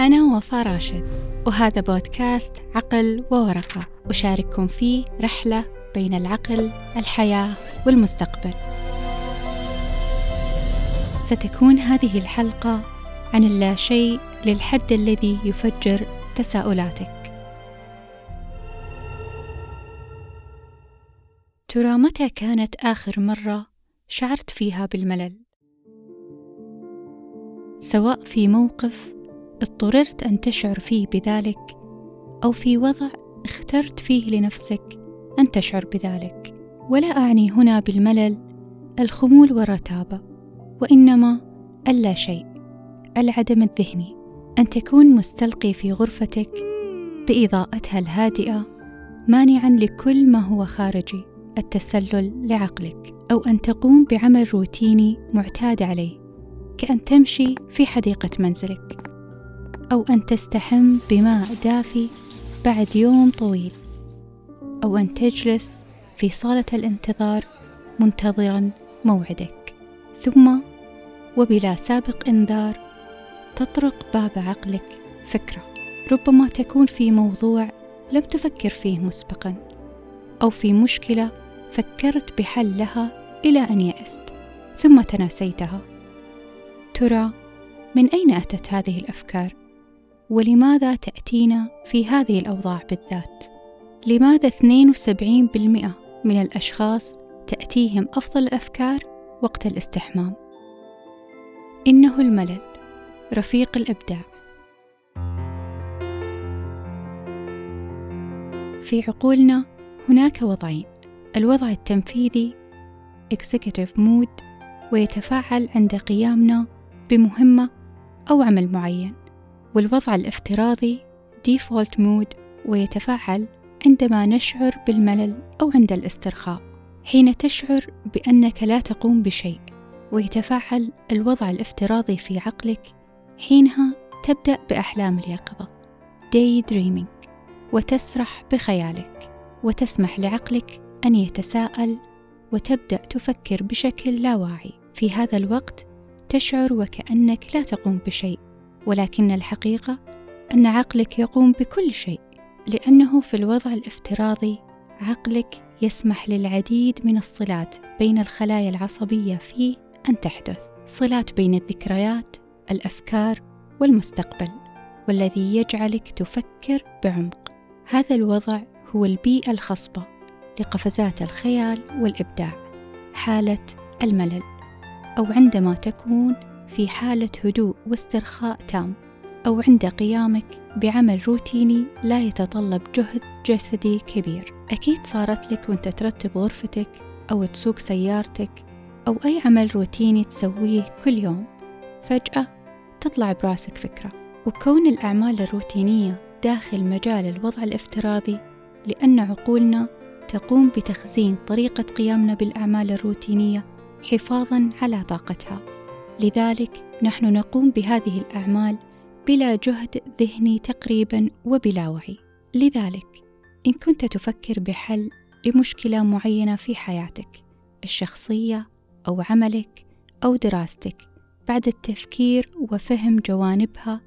أنا وفاء راشد، وهذا بودكاست عقل وورقة، أشارككم فيه رحلة بين العقل، الحياة والمستقبل. ستكون هذه الحلقة عن اللاشيء للحد الذي يفجر تساؤلاتك. ترى متى كانت آخر مرة شعرت فيها بالملل؟ سواء في موقف اضطررت أن تشعر فيه بذلك، أو في وضع اخترت فيه لنفسك أن تشعر بذلك. ولا أعني هنا بالملل الخمول والرتابة، وإنما اللاشيء، العدم الذهني، أن تكون مستلقي في غرفتك بإضاءتها الهادئة، مانعا لكل ما هو خارجي التسلل لعقلك، أو أن تقوم بعمل روتيني معتاد عليه، كأن تمشي في حديقة منزلك، أو أن تستحم بماء دافي بعد يوم طويل، أو أن تجلس في صالة الانتظار منتظرا موعدك، ثم وبلا سابق إنذار تطرق باب عقلك فكرة، ربما تكون في موضوع لم تفكر فيه مسبقا، أو في مشكلة فكرت بحل لها إلى أن يأست ثم تناسيتها. ترى من أين أتت هذه الأفكار؟ ولماذا تأتينا في هذه الأوضاع بالذات؟ لماذا 72% من الأشخاص تأتيهم أفضل الأفكار وقت الاستحمام؟ إنه الملل رفيق الإبداع. في عقولنا هناك وضعين: الوضع التنفيذي Executive Mode، ويتفاعل عند قيامنا بمهمة أو عمل معين، والوضع الافتراضي Default Mode، ويتفاعل عندما نشعر بالملل أو عند الاسترخاء، حين تشعر بأنك لا تقوم بشيء. ويتفاعل الوضع الافتراضي في عقلك حينها تبدأ بأحلام اليقظة Daydreaming، وتسرح بخيالك، وتسمح لعقلك أن يتساءل، وتبدأ تفكر بشكل لا واعي. في هذا الوقت تشعر وكأنك لا تقوم بشيء، ولكن الحقيقة أن عقلك يقوم بكل شيء، لأنه في الوضع الافتراضي عقلك يسمح للعديد من الصلات بين الخلايا العصبية فيه أن تحدث، صلات بين الذكريات، الأفكار والمستقبل، والذي يجعلك تفكر بعمق. هذا الوضع هو البيئة الخصبة لقفزات الخيال والإبداع، حالة الملل، أو عندما تكون في حالة هدوء واسترخاء تام، أو عند قيامك بعمل روتيني لا يتطلب جهد جسدي كبير. أكيد صارت لك وانت ترتب غرفتك، أو تسوق سيارتك، أو أي عمل روتيني تسويه كل يوم، فجأة تطلع براسك فكرة. وكون الأعمال الروتينية داخل مجال الوضع الافتراضي، لأن عقولنا تقوم بتخزين طريقة قيامنا بالأعمال الروتينية حفاظاً على طاقتها، لذلك نحن نقوم بهذه الأعمال بلا جهد ذهني تقريباً وبلا وعي. لذلك إن كنت تفكر بحل لمشكلة معينة في حياتك الشخصية أو عملك أو دراستك، بعد التفكير وفهم جوانبها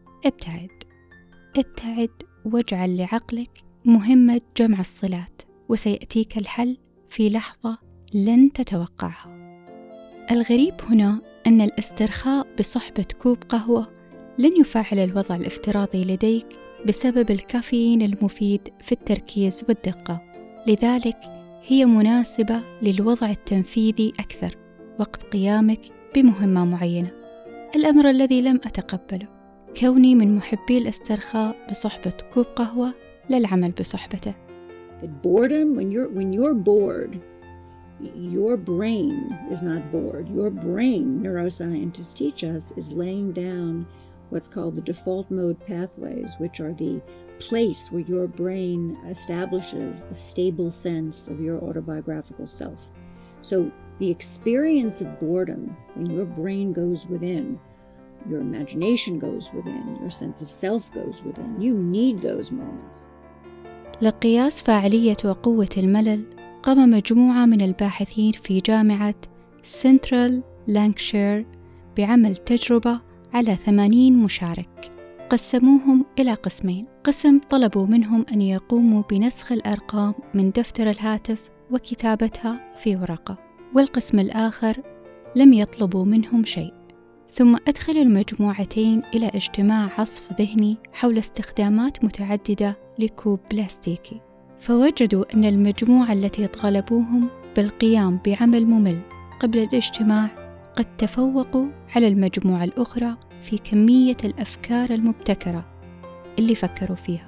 ابتعد واجعل لعقلك مهمة جمع الصلات، وسيأتيك الحل في لحظة لن تتوقعها. الغريب هنا أن الاسترخاء بصحبة كوب قهوة لن يفعل الوضع الافتراضي لديك بسبب الكافيين المفيد في التركيز والدقة، لذلك هي مناسبة للوضع التنفيذي أكثر وقت قيامك بمهمة معينة، الأمر الذي لم أتقبله كوني من محبي الاسترخاء بصحبة كوب قهوة للعمل بصحبته. Boredom, when you're bored, your brain is not bored. Your brain, neuroscientists teach us, is laying down what's called the default mode pathways, which are the place where your brain establishes a stable sense of your autobiographical self. So the experience of boredom, when your brain goes within, your imagination goes within, your sense of self goes within, you need those moments. لقياس فاعلية وقوة الملل، قام مجموعة من الباحثين في جامعة سنترال لانكشير بعمل تجربة على 80 مشارك فقسموهم إلى قسمين. قسم طلبوا منهم أن يقوموا بنسخ الأرقام من دفتر الهاتف وكتابتها في ورقة، والقسم الآخر لم يطلبوا منهم شيء. ثم أدخلوا المجموعتين إلى اجتماع عصف ذهني حول استخدامات متعددة لكوب بلاستيكي، فوجدوا أن المجموعة التي طالبوهم بالقيام بعمل ممل قبل الاجتماع قد تفوقوا على المجموعة الأخرى في كمية الأفكار المبتكرة اللي فكروا فيها.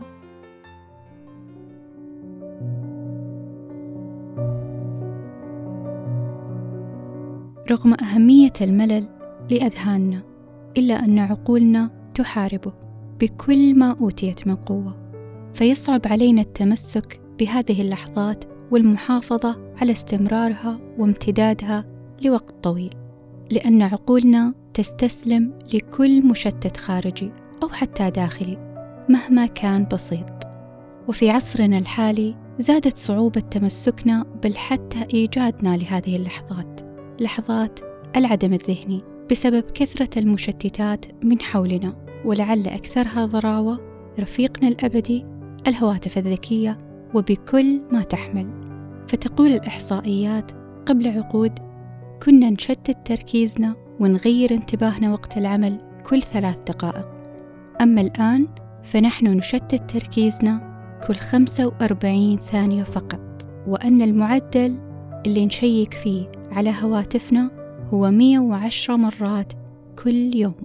رغم أهمية الملل لأذهاننا، إلا أن عقولنا تحاربه بكل ما أوتيت من قوة، فيصعب علينا التمسك بهذه اللحظات والمحافظة على استمرارها وامتدادها لوقت طويل، لأن عقولنا تستسلم لكل مشتت خارجي أو حتى داخلي مهما كان بسيط. وفي عصرنا الحالي زادت صعوبة تمسكنا بل حتى إيجادنا لهذه اللحظات، لحظات العدم الذهني، بسبب كثرة المشتتات من حولنا، ولعل أكثرها ضراوة رفيقنا الأبدي الهواتف الذكية وبكل ما تحمل. فتقول الإحصائيات قبل عقود كنا نشتت تركيزنا ونغير انتباهنا وقت العمل كل 3 دقائق، أما الآن فنحن نشتت تركيزنا كل 45 ثانية فقط، وأن المعدل اللي نشيك فيه على هواتفنا هو 110 مرات كل يوم.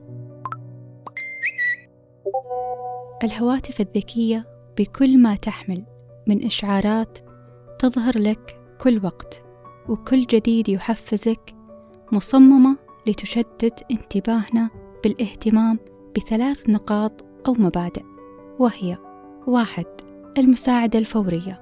الهواتف الذكية بكل ما تحمل من إشعارات تظهر لك كل وقت، وكل جديد يحفزك، مصممة لتشتت انتباهنا بالاهتمام ب3 نقاط أو مبادئ، وهي: 1. المساعدة الفورية،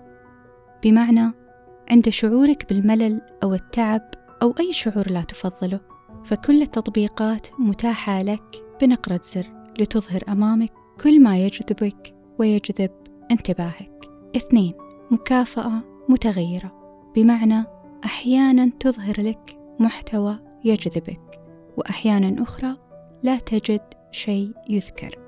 بمعنى عند شعورك بالملل أو التعب أو أي شعور لا تفضله، فكل التطبيقات متاحة لك بنقرة زر لتظهر أمامك كل ما يجذبك ويجذب انتباهك. 2. مكافأة متغيرة، بمعنى أحيانا تظهر لك محتوى يجذبك، وأحيانا أخرى لا تجد شيء يذكر،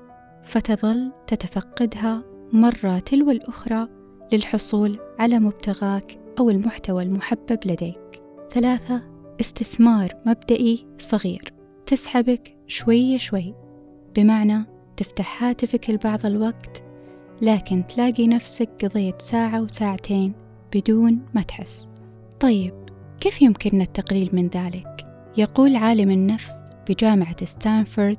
فتظل تتفقدها مرة تلو الأخرى للحصول على مبتغاك أو المحتوى المحبب لديك. 3. استثمار مبدئي صغير، تسحبك شوي شوي، بمعنى تفتح هاتفك لبعض الوقت لكن تلاقي نفسك قضيت 1 ساعة و2 ساعتين بدون ما تحس. طيب كيف يمكننا التقليل من ذلك؟ يقول عالم النفس بجامعة ستانفورد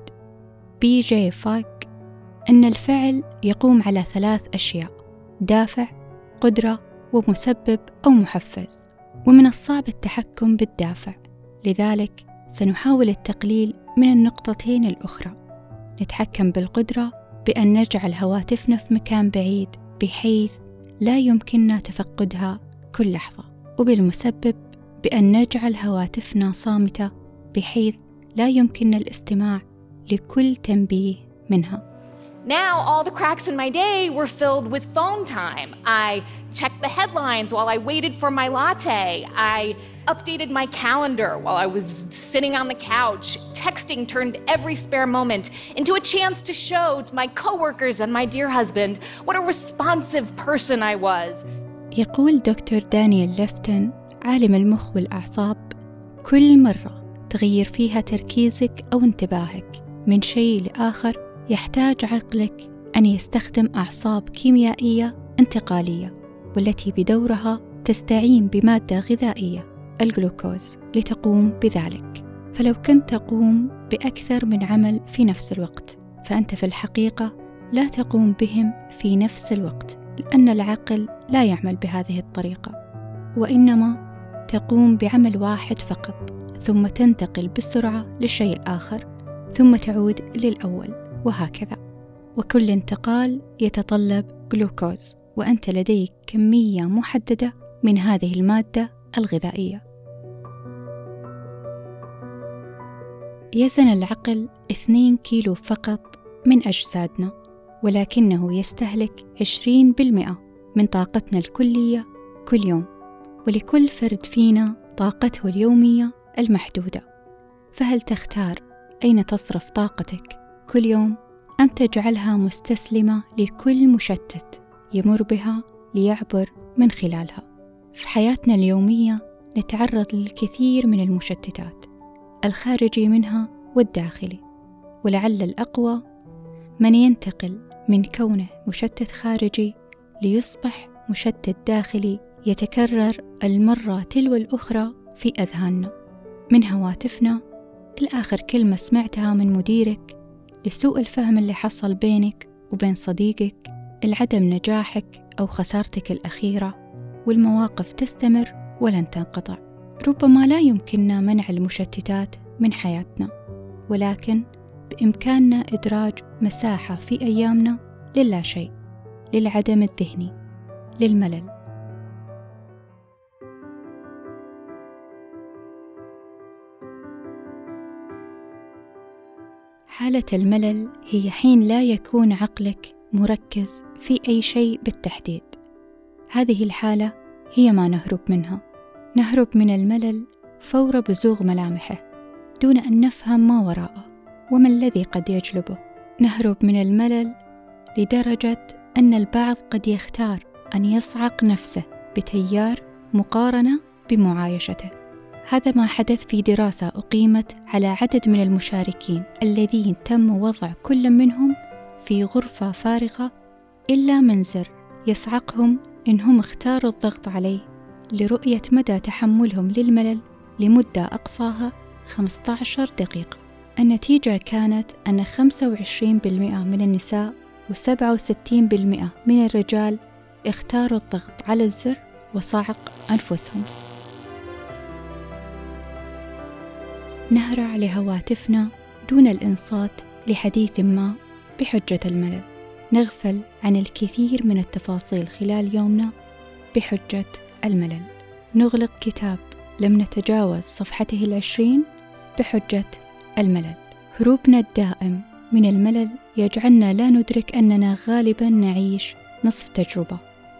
بي.جي. فاك أن الفعل يقوم على 3 أشياء: دافع، قدرة، ومسبب أو محفز، ومن الصعب التحكم بالدافع، لذلك سنحاول التقليل من النقطتين الأخرى. نتحكم بالقدرة بأن نجعل هواتفنا في مكان بعيد بحيث لا يمكننا تفقدها كل لحظة، وبالمسبب بأن نجعل هواتفنا صامتة بحيث لا يمكننا الاستماع لكل تنبيه منها. Now all the cracks in my day were filled with phone time. I checked the headlines while I waited for my latte. I updated my calendar while I was sitting on the couch. Texting turned every spare moment into a chance to show to my coworkers and my dear husband what a responsive person I was. يقول دكتور دانيال ليفتن عالم المخ والأعصاب: كل مرة تغير فيها تركيزك أو انتباهك من شيء لآخر يحتاج عقلك أن يستخدم أعصاب كيميائية انتقالية، والتي بدورها تستعين بمادة غذائية الجلوكوز لتقوم بذلك. فلو كنت تقوم بأكثر من عمل في نفس الوقت، فأنت في الحقيقة لا تقوم بهم في نفس الوقت، لأن العقل لا يعمل بهذه الطريقة، وإنما تقوم بعمل واحد فقط، ثم تنتقل بسرعة للشيء الآخر، ثم تعود للأول، وهكذا. وكل انتقال يتطلب جلوكوز، وأنت لديك كمية محددة من هذه المادة الغذائية. يزن العقل 2 كيلو فقط من أجسادنا، ولكنه يستهلك 20% من طاقتنا الكلية كل يوم، ولكل فرد فينا طاقته اليومية المحدودة. فهل تختار أين تصرف طاقتك كل يوم أم تجعلها مستسلمة لكل مشتت يمر بها ليعبر من خلالها؟ في حياتنا اليومية نتعرض للكثير من المشتتات، الخارجي منها والداخلي، ولعل الأقوى من ينتقل من كونه مشتت خارجي ليصبح مشتت داخلي يتكرر المرة تلو الأخرى في أذهاننا، من هواتفنا لآخر كلمة سمعتها من مديرك، لسوء الفهم اللي حصل بينك وبين صديقك، لعدم نجاحك أو خسارتك الأخيرة، والمواقف تستمر ولن تنقطع. ربما لا يمكننا منع المشتتات من حياتنا، ولكن بإمكاننا إدراج مساحة في أيامنا للا شيء، للعدم الذهني، للملل. حالة الملل هي حين لا يكون عقلك مركز في أي شيء بالتحديد. هذه الحالة هي ما نهرب منها. نهرب من الملل فور بزوغ ملامحه دون أن نفهم ما وراءه وما الذي قد يجلبه. نهرب من الملل لدرجة أن البعض قد يختار أن يصعق نفسه بتيار مقارنة بمعايشته. هذا ما حدث في دراسة أقيمت على عدد من المشاركين الذين تم وضع كل منهم في غرفة فارغة إلا من زر يصعقهم إنهم اختاروا الضغط عليه لرؤية مدى تحملهم للملل لمدة أقصاها 15 دقيقة. النتيجة كانت أن 25% من النساء و67% من الرجال اختاروا الضغط على الزر وصعق أنفسهم. نهرع لهواتفنا دون الإنصات لحديث ما بحجة الملل. نغفل عن الكثير من التفاصيل خلال يومنا بحجة الملل. نغلق كتاب لم نتجاوز صفحته 20 بحجة الملل. هروبنا الدائم من الملل يجعلنا لا ندرك أننا غالباً نعيش نصف تجربة،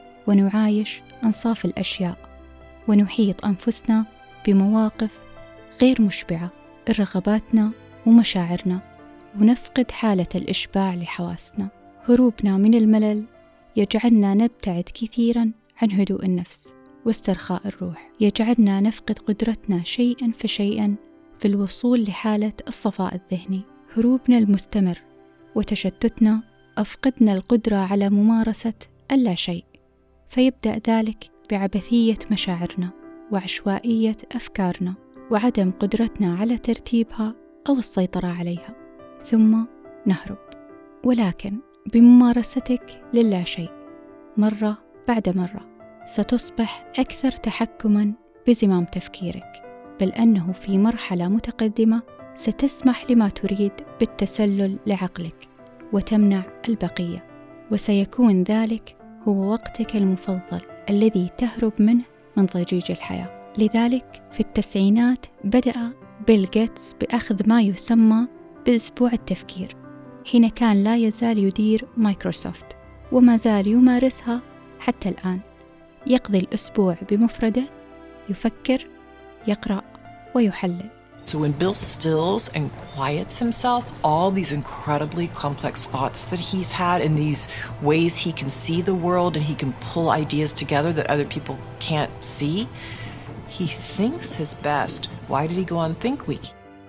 ونعايش أنصاف الأشياء، ونحيط أنفسنا بمواقف غير مشبعة رغباتنا ومشاعرنا، ونفقد حالة الإشباع لحواسنا. هروبنا من الملل يجعلنا نبتعد كثيراً عن هدوء النفس واسترخاء الروح، يجعلنا نفقد قدرتنا شيئاً فشيئاً في الوصول لحالة الصفاء الذهني. هروبنا المستمر وتشتتنا أفقدنا القدرة على ممارسة اللا شيء، فيبدأ ذلك بعبثية مشاعرنا وعشوائية أفكارنا وعدم قدرتنا على ترتيبها أو السيطرة عليها، ثم نهرب. ولكن بممارستك للا شيء مرة بعد مرة ستصبح أكثر تحكماً بزمام تفكيرك، بل أنه في مرحلة متقدمة ستسمح لما تريد بالتسلل لعقلك وتمنع البقية، وسيكون ذلك هو وقتك المفضل الذي تهرب منه من ضجيج الحياة. لذلك في التسعينات بدأ بيل غيتس بأخذ ما يسمى بأسبوع التفكير، حين كان لا يزال يدير مايكروسوفت، وما زال يمارسها حتى الآن. يقضي الأسبوع بمفرده يفكر، يقرأ ويحلل. So when Bill stills and quiets himself, all these incredibly complex thoughts that he's had and these ways he can see the world and he can pull ideas together that other people can't see, he thinks his best. Why did he go on Think Week?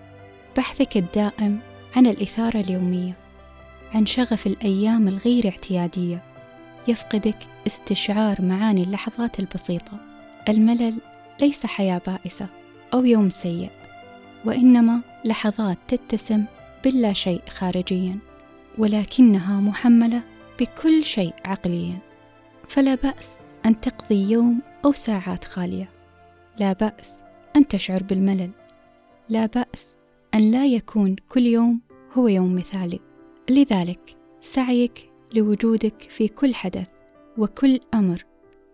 بحثك الدائم عن الإثارة اليومية، عن شغف الأيام الغير اعتيادية، يفقدك استشعار معاني اللحظات البسيطة. الملل ليس حياة بائسة أو يوم سيء، وإنما لحظات تتسم باللا شيء خارجياً، ولكنها محملة بكل شيء عقلياً. فلا بأس أن تقضي يوم أو ساعات خالية، لا بأس أن تشعر بالملل، لا بأس أن لا يكون كل يوم هو يوم مثالي. لذلك سعيك لوجودك في كل حدث وكل أمر،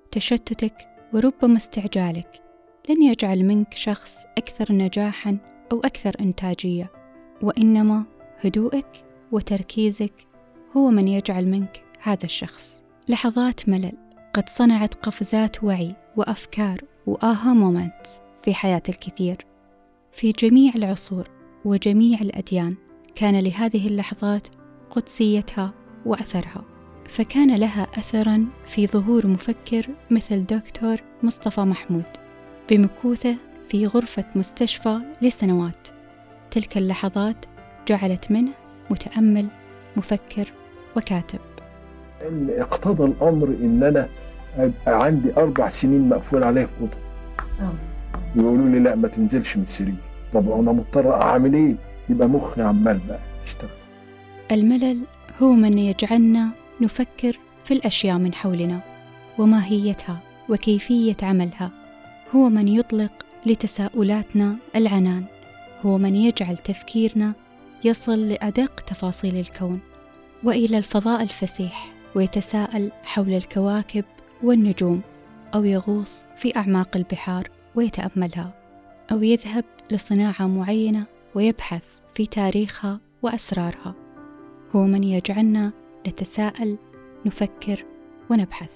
تشتتك وربما استعجالك لن يجعل منك شخص أكثر نجاحاً أو أكثر إنتاجية، وإنما هدوءك وتركيزك هو من يجعل منك هذا الشخص. لحظات ملل قد صنعت قفزات وعي وأفكار وآها مومنت في حياة الكثير. في جميع العصور وجميع الأديان كان لهذه اللحظات قدسيتها وأثرها، فكان لها أثراً في ظهور مفكر مثل دكتور مصطفى محمود بمكوثه في غرفة مستشفى لسنوات. تلك اللحظات جعلت منه متأمل، مفكر وكاتب. إن اقتضى الأمر إن أنا أبقى عندي 4 سنين مقفول عليه في أوضة، يقولوا لي لا ما تنزلش من السرير. طب أنا مضطر أعمل إيه؟ يبقى مخي عمال بقى يشتغل. الملل هو من يجعلنا نفكر في الأشياء من حولنا وماهيتها وكيفية عملها، هو من يطلق لتساؤلاتنا العنان، هو من يجعل تفكيرنا يصل لأدق تفاصيل الكون وإلى الفضاء الفسيح، ويتساءل حول الكواكب والنجوم، أو يغوص في أعماق البحار ويتأملها، أو يذهب لصناعة معينة ويبحث في تاريخها وأسرارها. هو من يجعلنا نتساءل، نفكر ونبحث.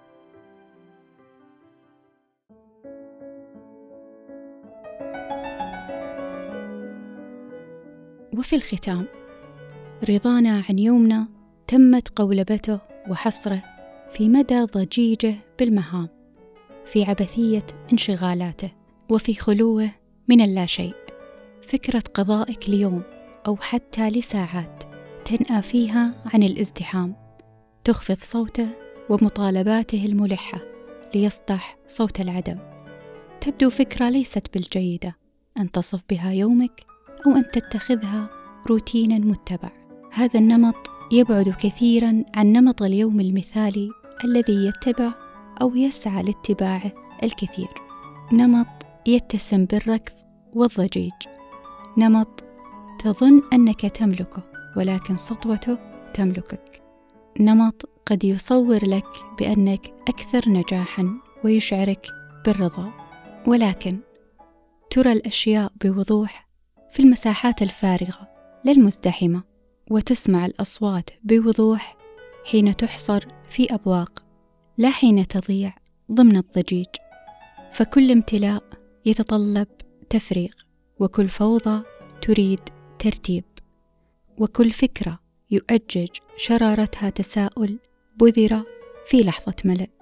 وفي الختام، رضانا عن يومنا تمت قولبته وحصره في مدى ضجيجه بالمهام، في عبثية انشغالاته، وفي خلوه من اللاشيء. فكرة قضائك ليوم أو حتى لساعات تنأى فيها عن الازدحام، تخفض صوته ومطالباته الملحة ليسطح صوت العدم. تبدو فكرة ليست بالجيدة أن تصف بها يومك أو أن تتخذها روتينا متبع. هذا النمط يبعد كثيرا عن نمط اليوم المثالي الذي يتبع أو يسعى لاتباعه الكثير. نمط يتسم بالركض والضجيج، نمط تظن أنك تملكه ولكن سطوته تملكك، نمط قد يصور لك بأنك أكثر نجاحا ويشعرك بالرضا، ولكن ترى الأشياء بوضوح في المساحات الفارغة لا المزدحمة، وتسمع الأصوات بوضوح حين تحصر في أبواق لا حين تضيع ضمن الضجيج. فكل امتلاء يتطلب تفريغ، وكل فوضى تريد ترتيب، وكل فكرة يؤجج شرارتها تساؤل بذر في لحظة ملل.